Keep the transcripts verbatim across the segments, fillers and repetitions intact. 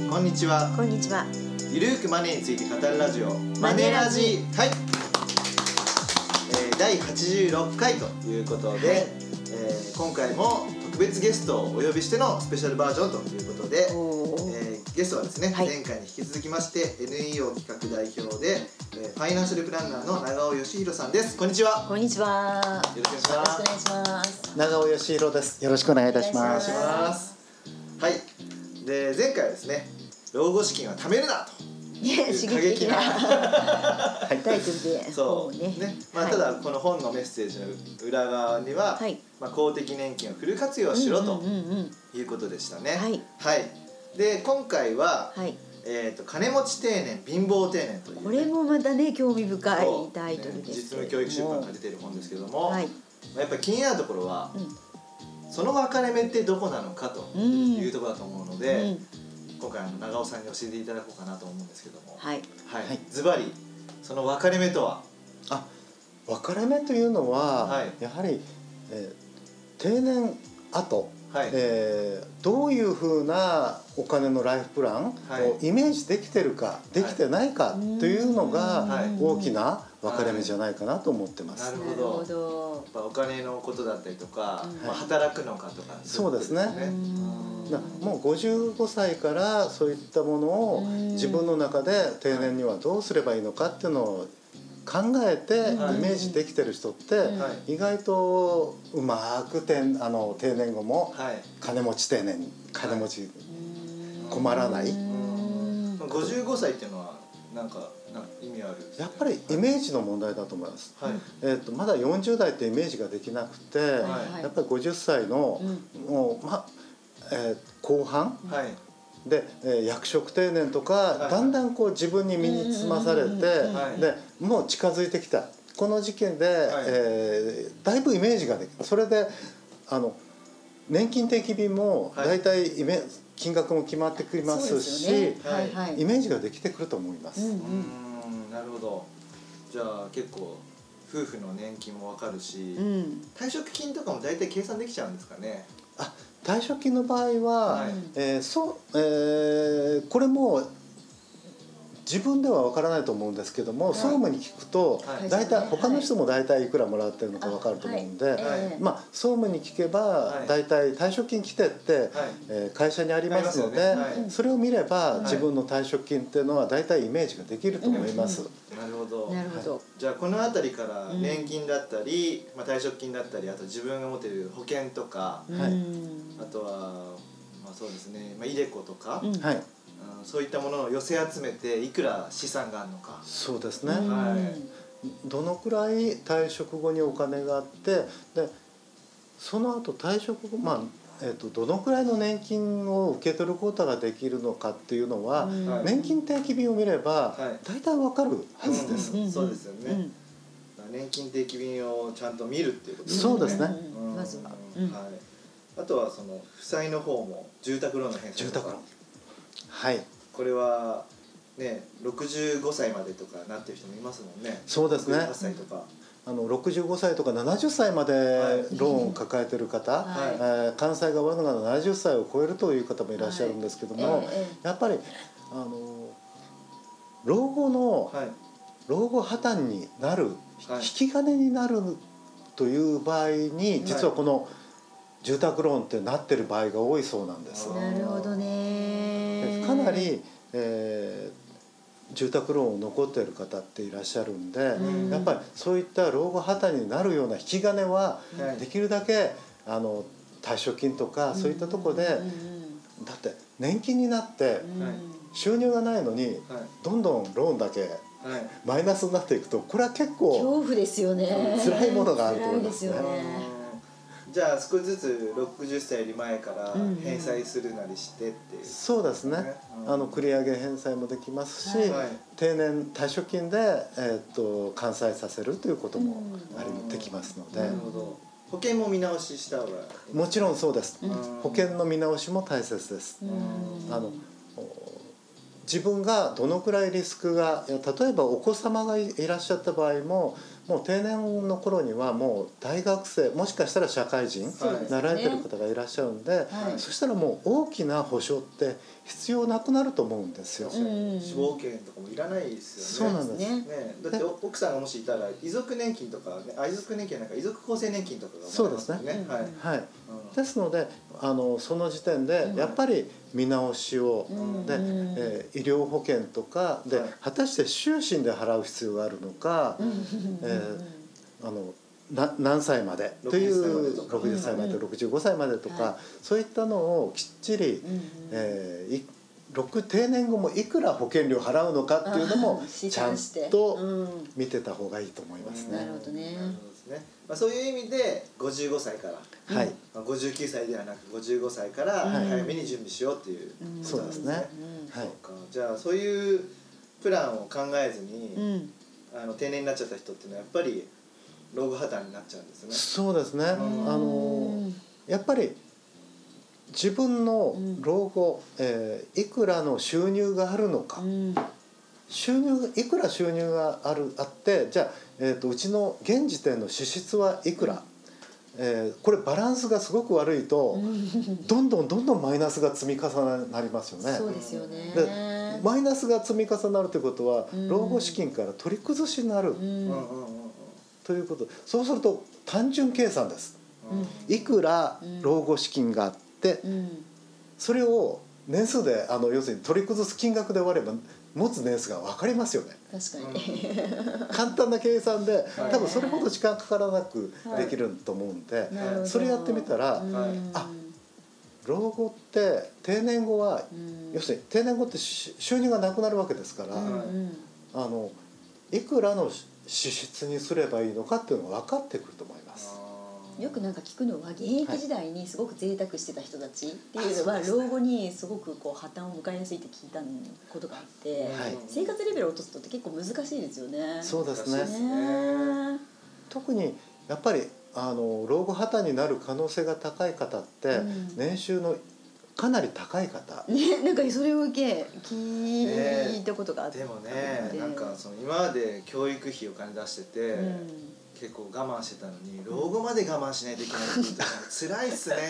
こんにちは。 こんにちは。 ゆるーくマネーについて語るラジオマネラジ。 はい、えー、だいはちじゅうろっかいということで、 はい、 えー、今回も特別ゲストをお呼びしてのスペシャルバージョンということで、えー、ゲストはですね、はい、前回に引き続きまして エヌイーオー 企画代表で、えー、ファイナンシャルプランナーの長尾義弘さんです。こんにちは。 こんにちは。 よろしくお願いします。 長尾義弘です。よろしくお願いいたします。 お願いします。はい。で、前回はですね、老後資金は貯めるなと。過激なタイトルでそうね、ね、まあ、ただこの本のメッセージの裏側には、はい、まあ、公的年金をフル活用しろということでしたね。はい、はい、で今回は、はい、えー、と金持ち定年貧乏定年という、ね、 これもまたね興味深いタイトルです、ね、 実務教育出版が出ている本ですけども、はい、まあ、やっぱり気になるところは、うん、その分かれ目ってどこなのかというところだと思うので、うんうん、今回あの長尾さんに教えていただこうかなと思うんですけども、はい、はい、ズバリその分かれ目とは。 あ、分かれ目というのは、はい、やはり、えー、定年後、はい、えー、どういうふうなお金のライフプランをイメージできてるか、はい、できてないかというのが大きな分かれ目じゃないかなと思ってます。 はい、なるほど。やっぱお金のことだったりとか、うん、まあ、働くのかとか、 そうですね。もうごじゅうごさいからそういったものを自分の中で定年にはどうすればいいのかっていうのを考えてイメージできてる人って意外とうまくてあの定年後も金持ち定年金持ち困らない。 ごじゅうごさいっていうのはなんかなんか意味ある、 やっぱりイメージの問題だと思います。はい、えー、とまだよんじゅう代ってイメージができなくて、はい、やっぱりごじゅっさいの、うん、もうまえー、後半、はい、で、えー、役職定年とか、はい、だんだんこう自分に身につまされて、はい、でもう近づいてきたこの時期で、はい、えー、だいぶイメージができる。それであの年金定期便もだいたいイメージ、はい、金額も決まってきますし、ね、はい、イメージができてくると思います。うんうん、 なるほど。じゃあ結構夫婦の年金も分かるし、うん、退職金とかもだいたい計算できちゃうんですかね。 あ、退職金の場合は、はい、えーそうえー、これも自分では分からないと思うんですけども、はい、総務に聞くと、はい、大体他の人も大体いくらもらってるのか分かると思うんで、はい、まあ、総務に聞けば、はい、大体退職金規定って、はい、えー、会社にありますので、はい、それを見れば、はい、自分の退職金っていうのは大体イメージができると思います。 うん、なるほど。 なるほど。はい、 じゃあこのあたりから年金だったり、うん、まあ、退職金だったり、あと自分が持っている保険とか、はい、あとは、まあ、そうですね、まあ、イデコとか、うん、はい、そういったものを寄せ集めていくら資産があるのか。 そうですね、はい、どのくらい退職後にお金があって、でその後退職後、まあえー、とどのくらいの年金を受け取ることができるのかっていうのは、うん、年金定期便を見れば大体わかるはずです。 うんうん、そうですよね、うん、年金定期便をちゃんと見るっていうことですね。 そうですね、 うん、まずは、うん、はい、あとはその負債の方も住宅ローンの返済とか、住宅ローン、はい、これはね、ろくじゅうごさいまでとかなってる人もいますもんね。 そうですね。 ろくじゅうはっさいとか、 あのろくじゅうごさいとかななじゅっさいまでローンを抱えてる方、はい、えー、関西が終わるのがななじゅっさいを超えるという方もいらっしゃるんですけども、はい、えー、やっぱりあの老後の、はい、老後破綻になる、はい、引き金になるという場合に実はこの住宅ローンってなってる場合が多いそうなんです。 なるほどね。 かなり、えー、住宅ローンを残っている方っていらっしゃるんで、うん、やっぱりそういった老後破綻になるような引き金はできるだけあの退職金とかそういったところで、うん、だって年金になって収入がないのにどんどんローンだけマイナスになっていくと、これは結構恐怖ですよね。 辛いものがあると思いますね。 じゃあ少しずつろくじゅっさいより前から返済するなりしてっていう、ね、 そうですね、うん、あの繰り上げ返済もできますし、はい、定年退職金で、えー、と完済させるということもあり、うん、できますので、 なるほど。保険も見直しした方がいい？ もちろんそうです、うん、保険の見直しも大切です、うん、あの自分がどのくらいリスクが、例えばお子様がいらっしゃった場合ももう定年の頃にはもう大学生もしかしたら社会人、はい、なられてる方がいらっしゃるんで、はい、そしたらもう大きな保証って必要なくなると思うんですよ。 死亡保険とかもいらないですよね。 そうなんです、 ね、だって奥さんがもしいたら遺族年金とか、ね、あ遺族年金なんか遺族厚生年金とかがもらえますよね。そうですね、はい、はい、うん、ですのであのその時点でやっぱり見直しを、うん、で、えー、医療保険とかで、はい、果たして終身で払う必要があるのか、うん、えー、あのな何歳までというろくじゅっさいまでろくじゅうごさいまでとか、はい、そういったのをきっちり、うん、えー、い定年後もいくら保険料払うのかっていうのもちゃんと見てた方がいいと思いますね。 なるほどね。 まあ、そういう意味でごじゅうごさいから、はい、まあ、ごじゅうきゅうさいではなくごじゅうごさいから早めに準備しようっていうことなんですね。はい、そうか。じゃあそういうプランを考えずに、うん、あの定年になっちゃった人っていうのはやっぱり老後破綻になっちゃうんですね。 そうですね。あのやっぱり自分の老後、えー、いくらの収入があるのか、うん、収入いくら収入があるあってじゃあ、えーと、うちの現時点の支出はいくら、うん、えー、これバランスがすごく悪いと、うん、どんどんどんどんマイナスが積み重なりますよね。 そうですよね。 でマイナスが積み重なるということは、うん、老後資金から取り崩しになる、うん、ということ。そうすると単純計算です、うん、いくら老後資金があって、うん、それを年数であの要するに取り崩す金額で割れば持つ年数が分かりますよね。 確かに、 うん、簡単な計算で多分それほど時間かからなくできると思うんで、はい、それやってみたら、はい、あ老後って定年後は、うん、要するに定年後って収入がなくなるわけですから、うん、あのいくらの支出にすればいいのかっていうのが分かってくると思います。 よくなんか聞くのは現役時代にすごく贅沢してた人たちっていうのは老後にすごくこう破綻を迎えやすいって聞いたことがあって、はい、生活レベルを落とすのって結構難しいですよね。 そうですね。ね、特にやっぱりあの老後破綻になる可能性が高い方って、うん、年収のかなり高い方、 ね、なんかそれを受け聞いたことがあって、 ね、でもね、なんかその今まで教育費お金出してて、うん、結構我慢してたのに老後まで我慢しないといけないって言ったら辛いっすね。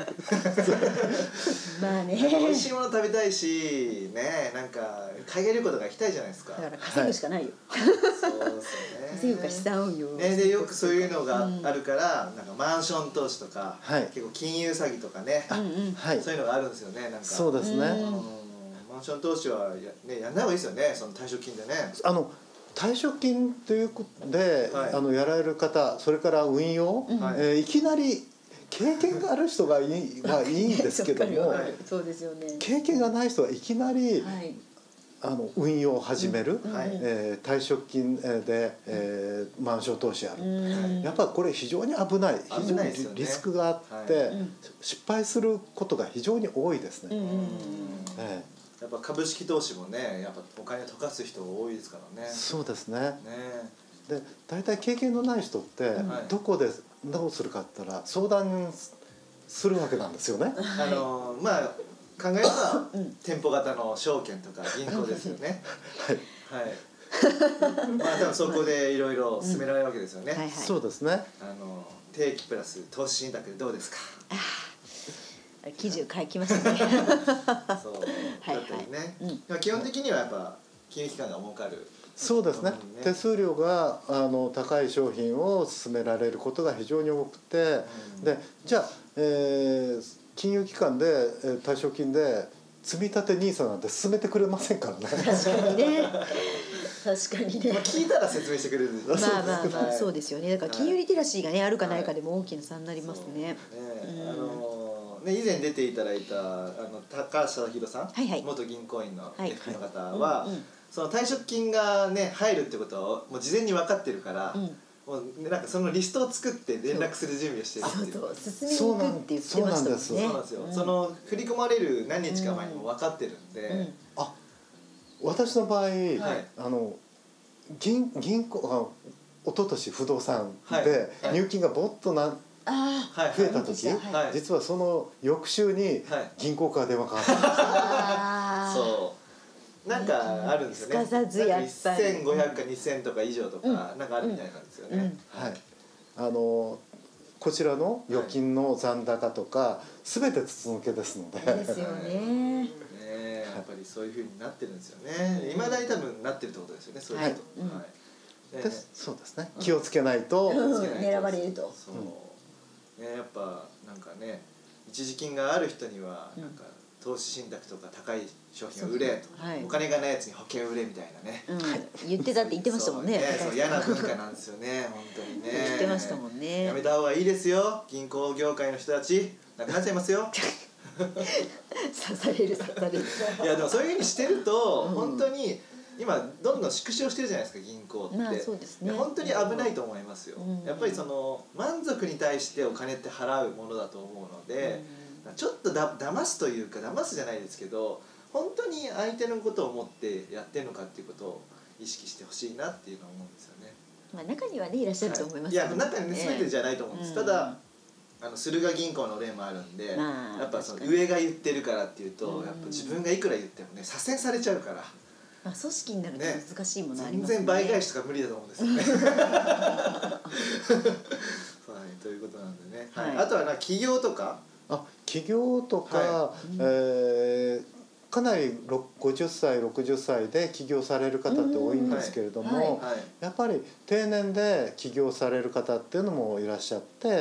まあね、 美味しいもの食べたいしね、なんか海外旅行とか行きたいじゃないですか。 だから稼ぐしかないよ、はい、 そうですよね。 稼ぐか資産運用、 ね、でよくそういうのがあるから、うん、なんかマンション投資とか、はい、結構金融詐欺とかね、うんうん、そういうのがあるんですよね。なんかそうですね、うん、 マンション投資はや、ね、やんない方がいいですよね。その退職金でね、 あの退職金ということで、はい、あのやられる方、それから運用、はい、えー、いきなり経験がある人がいい、まあ、いいんですけども、 そうですよね、 経験がない人はいきなり、はい、あの運用を始める、うん、えー、退職金で、えー、マンション投資やる、うん、やっぱりこれ非常に危ない、非常にリスクがあって、はい、失敗することが非常に多いですね。うんうんうん、 えーやっぱ株式投資もね、やっぱお金溶かす人多いですからね。 そうですね。ね、で大体経験のない人ってどこでどうするかって言ったら相談するわけなんですよね。 あのまあ考えれば店舗型の証券とか銀行ですよね。はい。はい。まあ多分そこでいろいろ進められるわけですよね。うん、はいはい、 そうですね。 あの定期プラス投資信託でどうですか。 記事を書きましたね。 そうだったりね、うん、基本的にはやっぱ金融機関が儲かる。 そうですね、手数料があの高い商品を勧められることが非常に多くて、うん、でじゃあ、えー、金融機関で退職金で積み立て ニーサ なんて勧めてくれませんからね。 確かにね。確かにね。 まあ聞いたら説明してくれるんです。 まあまあまあそうですよね。だから金融リテラシーがねあるかないかでも大きな差になりますね。 あのね、以前出ていただいたあの高橋貞弘さん、はいはい、元銀行員の エフピー の方は、はいはい、その退職金がね入るってことをもう事前に分かってるから、うん、もうなんかそのリストを作って連絡する準備をしてるっていう。 そうそう進めに行くって言ってましたもんね。 そうなんです。 そうなんですよ。うん、その振り込まれる何日か前にも分かってるんで、うんうん、 あ私の場合、はい、あの 銀, 銀行あ一昨年不動産で入金がボッとな、はいはい、増えた時、はい、実はその翌週に銀行から電話かかってきました。 そなんかあるんですよね。 すかさずやっぱりせんごひゃくかにせんとか以上とか、なんかあるみたいなんですよね。 はい。あのこちらの預金の残高とかすべて筒抜けですので。 ですよね。 ね、やっぱりそういう風になってるんですよね。未だに多分なってるってことですよね。そういうこと。はい。 で、そうですね。気をつけないと狙われると。 そう。ね、やっぱなんかね、一時金がある人にはなんか投資信託とか高い商品を売れと、お金がないやつに保険を売れみたいなね。 言ってたって言ってましたもんね。 そう嫌な文化なんですよね、本当にね。 言ってましたもんね。 やめた方がいいですよ、銀行業界の人たち。なくなっちゃいますよ。 刺される刺される。 いやでもそういう風にしてると本当に今どんどん縮小してるじゃないですか、銀行って。 まあそうですね。 本当に危ないと思いますよ。やっぱりその満足に対してお金って払うものだと思うので、ちょっとだ騙すというか、騙すじゃないですけど、本当に相手のことを思ってやってるのかっていうことを意識してほしいなっていうのは思うんですよね。 まあ中にはねいらっしゃると思いますけど、はい、いや中にね全てじゃないと思うんです。ただあの駿河銀行の例もあるんで、まあ、やっぱその上が言ってるからっていうと、やっぱ自分がいくら言ってもね左遷されちゃうから。 まあ組織になると難しいものありね、 ますね。 全然倍返しとか無理だと思うんですよね。はい、ということなんでね。はい、あとはな企業とか。 あ、企業とか、はい、えーかなりごじゅっさいろくじゅっさいで起業される方って多いんですけれども、やっぱり定年で起業される方っていうのもいらっしゃって、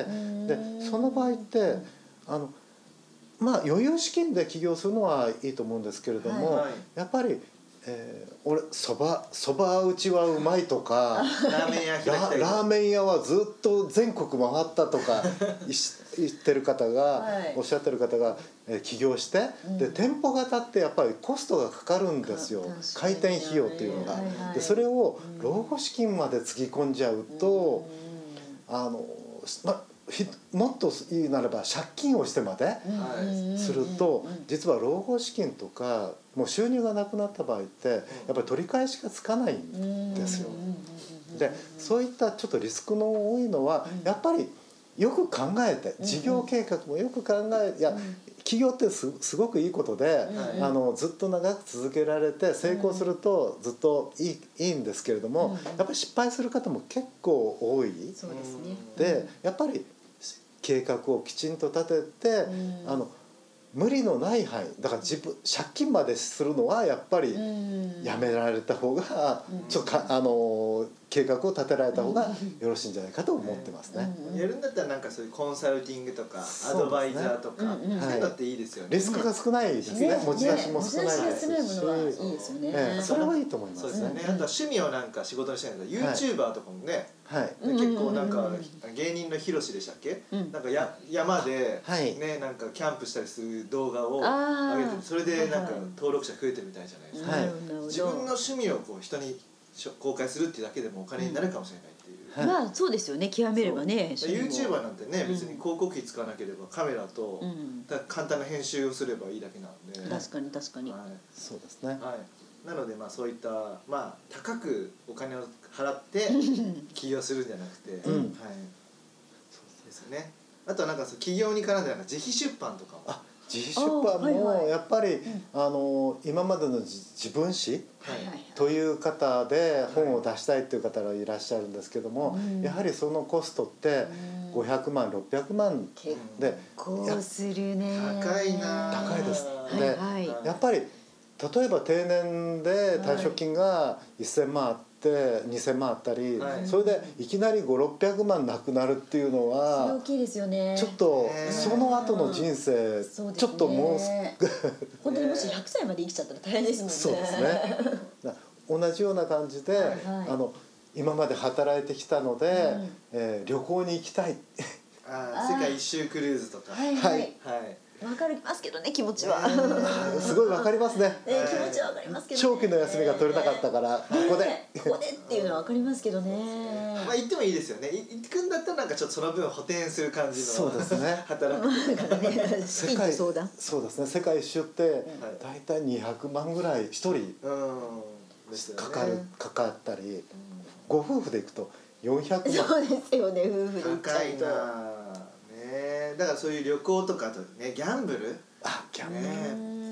でその場合ってあのまあ余裕資金で起業するのはいいと思うんですけれども、はい、やっぱりえー、俺そばそば打ちはうまいとかラーメン屋ララーメン屋はずっと全国回ったとか言ってる方が、はい、おっしゃってる方が、えー、起業して、うん、で店舗型ってやっぱりコストがかかるんですよ、開店費用っていうのが。はいはい、でそれを老後資金までつぎ込んじゃうと、うん、あのまもっと言うならば借金をしてまですると、実は老後資金とかもう収入がなくなった場合ってやっぱり取り返しがつかないんですよ。でそういったちょっとリスクの多いのはやっぱりよく考えて、事業計画もよく考え、いや起業ってすすごくいいことで、あのずっと長く続けられて成功するとずっといい、いいんですけれども、やっぱり失敗する方も結構多い。 そうですね。でやっぱり計画をきちんと立てて、あの無理のない範囲だから自分借金までするのはやっぱりやめられた方が、ちょっとかあの計画を立てられた方がよろしいんじゃないかと思ってますね。 やるんだったらなんかそういうコンサルティングとかアドバイザーとかそういうのっていいですよね。 リスクが少ないですね。持ち出しも少ないですし、それはいいと思います。 そうですよね。あとは趣味をなんか仕事にしたいんだユーチューバーとかもね、結構なんか芸人のヒロシでしたっけ？なんかや山でねなんかキャンプしたりする動画を上げて、それでなんか登録者増えてるみたいじゃないですか。自分の趣味をこう人に公開するっていうだけでもお金になるかもしれないっていう、 まあそうですよね、極めればね。 YouTuber なんてね別に広告費使わなければカメラと簡単な編集をすればいいだけなんで、 確かに確かに、 そうですね。 なのでまあそういったまあ高くお金を払って起業するんじゃなくて、はい、そうですね。あとはなんか起業に絡んで自費出版とかも。 自費出版もやっぱりあの今までの自分史という方で本を出したいという方がいらっしゃるんですけども、やはりそのコストってごひゃくまんろっぴゃくまんでこうするね。 高いな。 高いです。でやっぱり例えば定年で退職金がせんまんあってにせんまんあったり、それでいきなりごひゃくろっぴゃくまんなくなるっていうのは大きいですよね。 ちょっとその後の人生ちょっともう本当にもしひゃくさいまで生きちゃったら大変ですもんね。 そうですね。同じような感じであの今まで働いてきたので、えー、旅行に行きたい。 あ世界一周クルーズとか。 はいはい。わかりますけどね、気持ちは。 すごいわかりますね。 気持ちはわかりますけど。 長期の休みが取れなかったからここでここでっていうのはわかりますけどね。 まあ行ってもいいですよね。行くんだったらなんかちょっとその分補填する感じの。 そうですね。 働く。 世界そうですね。世界一周ってだいたいにひゃくまんぐらい一人かかるかかったり、ご夫婦で行くとよんひゃくまん。 そうですよね、夫婦で行っちゃうと。 だからそういう旅行とかとねギャンブル、 あギャンブル、 パチ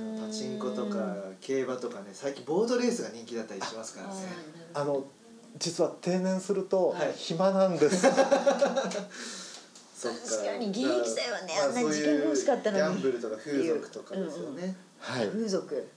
チンコとか競馬とかね、最近ボートレースが人気だったりしますからね。 あの実は定年すると暇なんです、はい、 確かに現役時代はね、あんなに時間が欲しかったのに。 ギャンブルとか風俗とかですよね、うんうん、 はい、 風俗、 ね、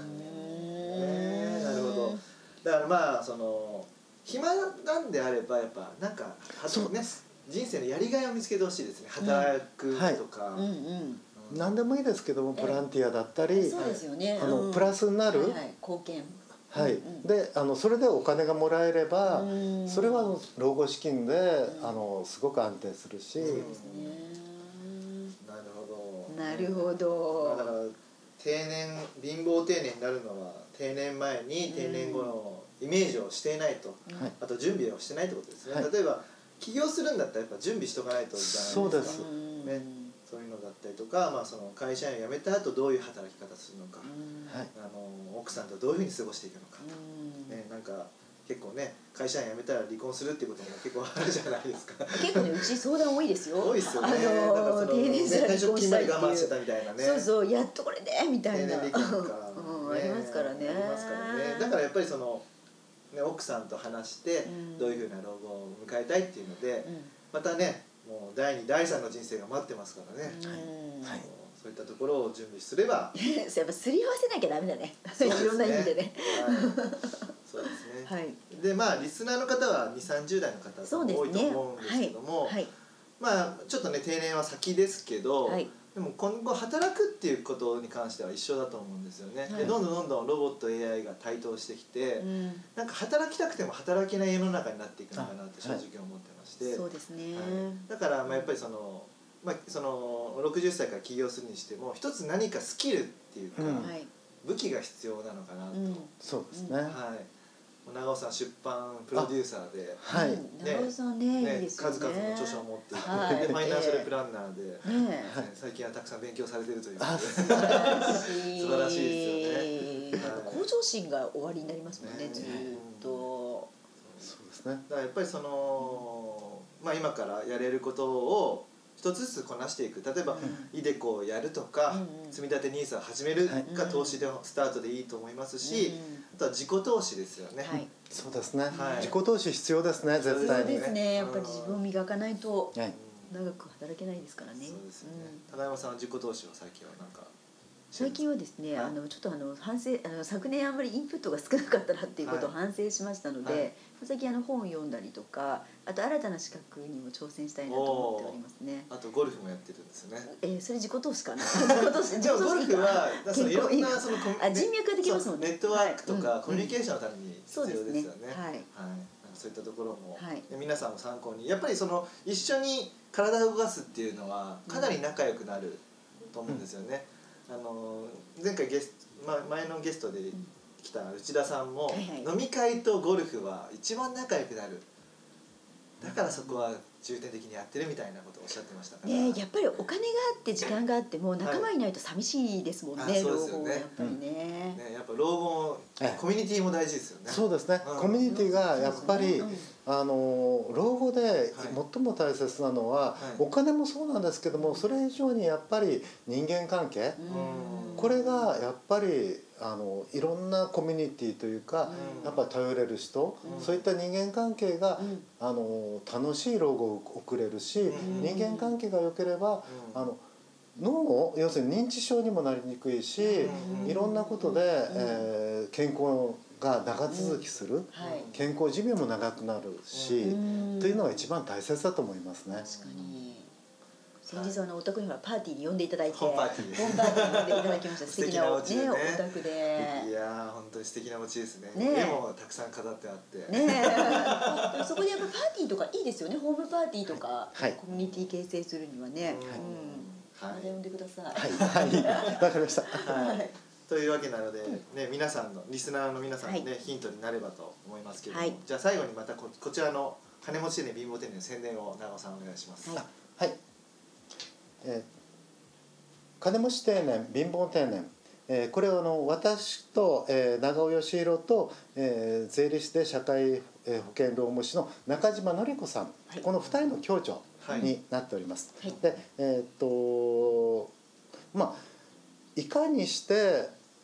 なるほど。だからまあその暇なんであればやっぱなんかそうね、人生のやりがいを見つけてほしいですね。働くとか、うんはい、うんうん何でもいいですけども、ボランティアだったり、 そうですよね、 あのプラスになる、 はいはい、貢献、 はい、うんうん、であのそれでお金がもらえれば、それは老後資金で、うん、あのすごく安定するし、そうですね、 なるほど、 なるほど、 まあ、だから定年貧乏定年になるのは定年前に定年後のイメージをしていないと、うん、あと準備をしてないってことですね、はい、例えば起業するんだったらやっぱ準備しとかないとじゃないですか。 そうです、 ね、そういうのだったりとか、まあ、その会社員を辞めた後どういう働き方するのか、うん、あの奥さんとどういうふうに過ごしていくのか、うんね、なんか結構ね会社員辞めたら離婚するっていうことも結構あるじゃないですか。 結構ねうち相談多いですよ。 多いですよね。 あのー、定年したら離婚したいっていう。 我慢してたみたいなね。 そうそうやっとこれでみたいな。 定年できるのか、 うん、ありますからね。 ありますからね。だからやっぱりその、ね、奥さんと話してどういうふうな老後を迎えたいっていうので、うん、またねもうだいにだいさんの人生が待ってますからね。うんはい、そういったところを準備すればやっぱすり合わせなきゃダメだね。いろんな意味でね。 はいそうですね、はい、でまあリスナーの方はにじゅう、さんじゅう代の方が多いと思うんですけども、ねはいはい、まあちょっとね定年は先ですけど、はい、でも今後働くっていうことに関しては一緒だと思うんですよね、はい、でどんどんどんどんロボット エーアイ が台頭してきて、うん、なんか働きたくても働けない世の中になっていくのかなって正直思ってまして、はい、 そうですね、 はい、だからまあやっぱりそのまあ、そのろくじゅっさいから起業するにしても一つ何かスキルっていうか、うん、武器が必要なのかなと、うん、 そうですね、 はい長尾さん出版プロデューサーで、 はいね、長尾さん ね, ねいいですよね、 数々の著書を持っていて、はい、でファイナンシャルプランナーで、ね、最近はたくさん勉強されているということで素晴らしいですよね、 はい、向上心が終わりになりますもんね、ねずっと、 そうですね。 だからやっぱりその、まあ、今からやれることを一つずつこなしていく。例えば、うん、イデコをやるとか、うんうん、積立 ニーサ を始めるが投資でスタートでいいと思いますし、うん、あとは自己投資ですよね、はい、 そうですね、はい、自己投資必要ですね、絶対に。 そうですね、やっぱり自分を磨かないと長く働けないですからね。 そうですよね、うん、高山さんは自己投資は最近は何か。 最近はですね、はい、あのちょっとあの反省あの昨年あんまりインプットが少なかったなっていうことを反省しましたので、はいはい、最近あの本を読んだりとか、あと新たな資格にも挑戦したいなと思っておりますね。 あとゴルフもやってるんですよね。 えー、それ自己投資かな。自己投資、自己投資。ゴルフはそのいろんなそのあ人脈ができますもんね。 ネットワークとか、はい、コミュニケーションのために必要ですよね。そうですね。はい。はい。そういったところも、はい、皆さんも参考に、やっぱりその一緒に体を動かすっていうのはかなり仲良くなると思うんですよね。うん、あの前回ゲスト、ま、前のゲストで来た内田さんも、はいはい、飲み会とゴルフは一番仲良くなる。だからそこは重点的にやってるみたいなことをおっしゃってましたから。 ね、やっぱりお金があって時間があっても仲間いないと寂しいですもんね。はい、老後やっぱりね。 ね、やっぱ老後コミュニティも大事ですよね。 そうですね。うん、コミュニティがやっぱり、うん、あの老後で最も大切なのは、はい、お金もそうなんですけども、それ以上にやっぱり人間関係。うん、これがやっぱりあのいろんなコミュニティというか、うん、やっぱり頼れる人、うん、そういった人間関係が、うん、あの楽しい老後を送れるし、うん、人間関係が良ければ、うん、あの脳要するに認知症にもなりにくいし、うん、いろんなことで、うんえー、健康が長続きする、うんはい、健康寿命も長くなるし、うん、というのが一番大切だと思いますね。 確かに先日あのお宅にはパーティーに呼んでいただいて、 ホームパーティーホームパーティーに呼んでいただきました。素敵なお家でね、お宅で。 いや本当に素敵なお家ですね。絵もたくさん飾ってあって。ねそこでやっぱパーティーとかいいですよね。ホームパーティーとか、はい、コミュニティ形成するにはね。うん。はい。呼んでください。 はいはい。わかりました。 はい。というわけなのでね、皆さんのリスナーの皆さんのねヒントになればと思いますけども、じゃあ最後にまたここちらの金持ちで貧乏天然の宣伝を長尾さんお願いします。 はい。えー、金持ち定年貧乏定年、えー、これはあの私と、えー、長尾義弘と、えー、税理士で社会、えー、保険労務士の中島典子さん、はい、このふたりの共著になっております。はい、でえー、っとまあいかにして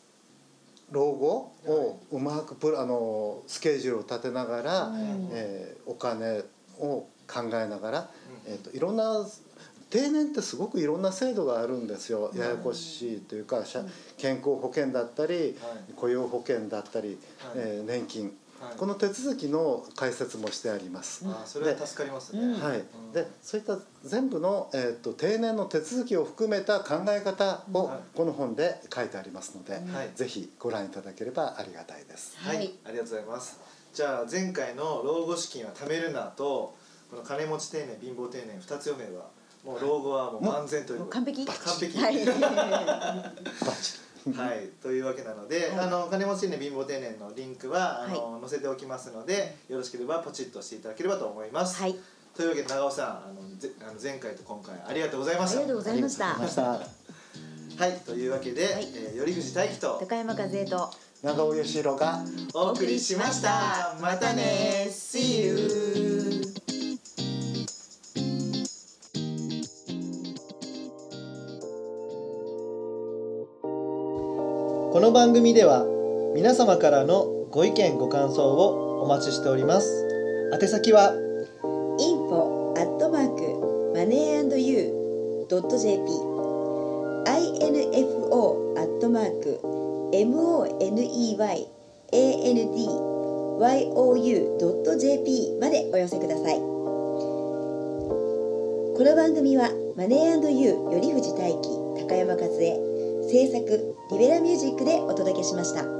老後をうまくプあのスケジュールを立てながら、うん、えー、お金を考えながら、うん、えーと、いろんな定年ってすごくいろんな制度があるんですよ。ややこしいというか、うん、健康保険だったり、はい、雇用保険だったり、はい、えー、年金、はい、この手続きの解説もしてあります。 あ、それは助かりますね。 はい、でそういった全部の、えー、と定年の手続きを含めた考え方をこの本で書いてありますので、はい、ぜひご覧いただければありがたいです。 はい、はい、ありがとうございます。じゃあ前回の老後資金は貯めるなとこの金持ち定年貧乏定年ふたつ読めばもう老後はもう万全という、 完璧完璧はいはい、というわけなので、はい、あの金持ち定年貧乏定年のリンクはあの、はい、載せておきますので、よろしければポチッとしていただければと思います。はい、というわけで長尾さん、あのぜあの前回と今回ありがとうございました。 ありがとうございました。 はい、というわけで、はい、えー、頼藤大樹と高山和恵と長尾義弘がお送りしました。またね。See you。この番組では皆様からのご意見ご感想をお待ちしております。宛先はインフォ アットマーク マネー アンド ユー ドット ジェーピー インフォ アットマーク モネー アンド ユー ドット ジェーピー までお寄せください。この番組はマネー アンド ユー 頼藤大樹高山和恵制作リベラミュージックでお届けしました。